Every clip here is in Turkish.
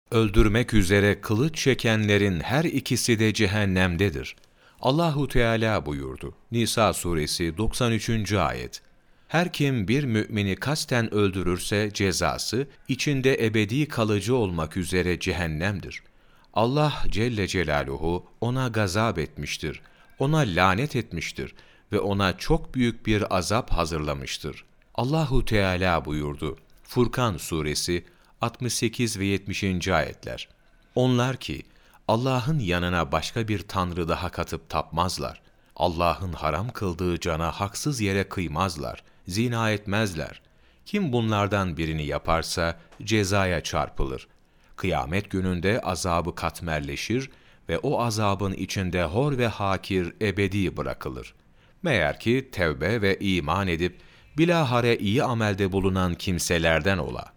Öldürmek üzere kılıç çekenlerin her ikisi de cehennemdedir. Allahu Teala buyurdu. Nisa suresi 93. ayet. Her kim bir mümini kasten öldürürse cezası içinde ebedi kalıcı olmak üzere cehennemdir. Allah Celle Celaluhu ona gazap etmiştir, ona lanet etmiştir ve ona çok büyük bir azap hazırlamıştır. Allahu Teala buyurdu. Furkan suresi 68 ve 70. ayetler. Onlar ki Allah'ın yanına başka bir tanrı daha katıp tapmazlar. Allah'ın haram kıldığı cana haksız yere kıymazlar, zina etmezler. Kim bunlardan birini yaparsa cezaya çarpılır. Kıyamet gününde azabı katmerleşir ve o azabın içinde hor ve hakir ebedi bırakılır. Meğer ki tevbe ve iman edip bilahare iyi amelde bulunan kimselerden ola.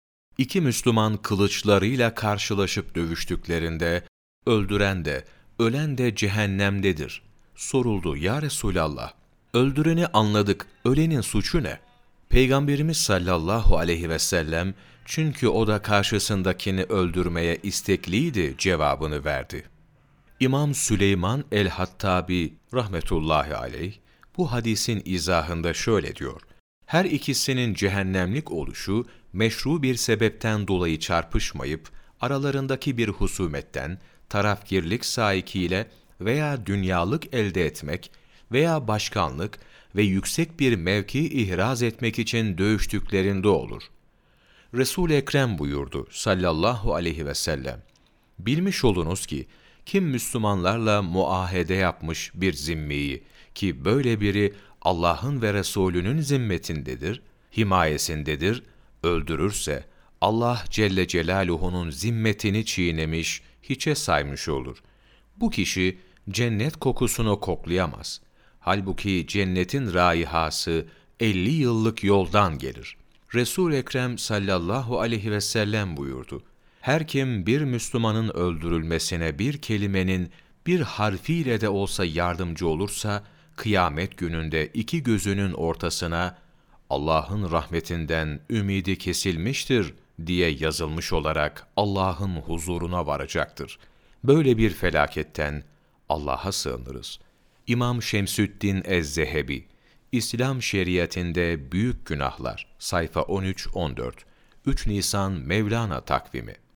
İki Müslüman kılıçlarıyla karşılaşıp dövüştüklerinde, öldüren de, ölen de cehennemdedir. Soruldu, ya Resulallah, öldüreni anladık, ölenin suçu ne? Peygamberimiz sallallahu aleyhi ve sellem, çünkü o da karşısındakini öldürmeye istekliydi cevabını verdi. İmam Süleyman el-Hattabi rahmetullahi aleyh, bu hadisin izahında şöyle diyor. Her ikisinin cehennemlik oluşu, meşru bir sebepten dolayı çarpışmayıp, aralarındaki bir husumetten, tarafgirlik saikiyle veya dünyalık elde etmek veya başkanlık ve yüksek bir mevki ihraz etmek için dövüştüklerinde olur. Resul-i Ekrem buyurdu sallallahu aleyhi ve sellem, bilmiş olunuz ki, kim Müslümanlarla muahede yapmış bir zimmiyi, ki böyle biri Allah'ın ve Resulünün zimmetindedir, himayesindedir, öldürürse, Allah Celle Celaluhu'nun zimmetini çiğnemiş, hiçe saymış olur. Bu kişi cennet kokusunu koklayamaz. Halbuki cennetin raihası 50 yıllık yoldan gelir. Resul-i Ekrem sallallahu aleyhi ve sellem buyurdu. Her kim bir Müslümanın öldürülmesine bir kelimenin bir harfiyle de olsa yardımcı olursa, kıyamet gününde iki gözünün ortasına Allah'ın rahmetinden ümidi kesilmiştir diye yazılmış olarak Allah'ın huzuruna varacaktır. Böyle bir felaketten Allah'a sığınırız. İmam Şemsüddin Ez-Zehebi, İslam şeriatinde büyük günahlar, sayfa 13-14, 3 Nisan Mevlana takvimi.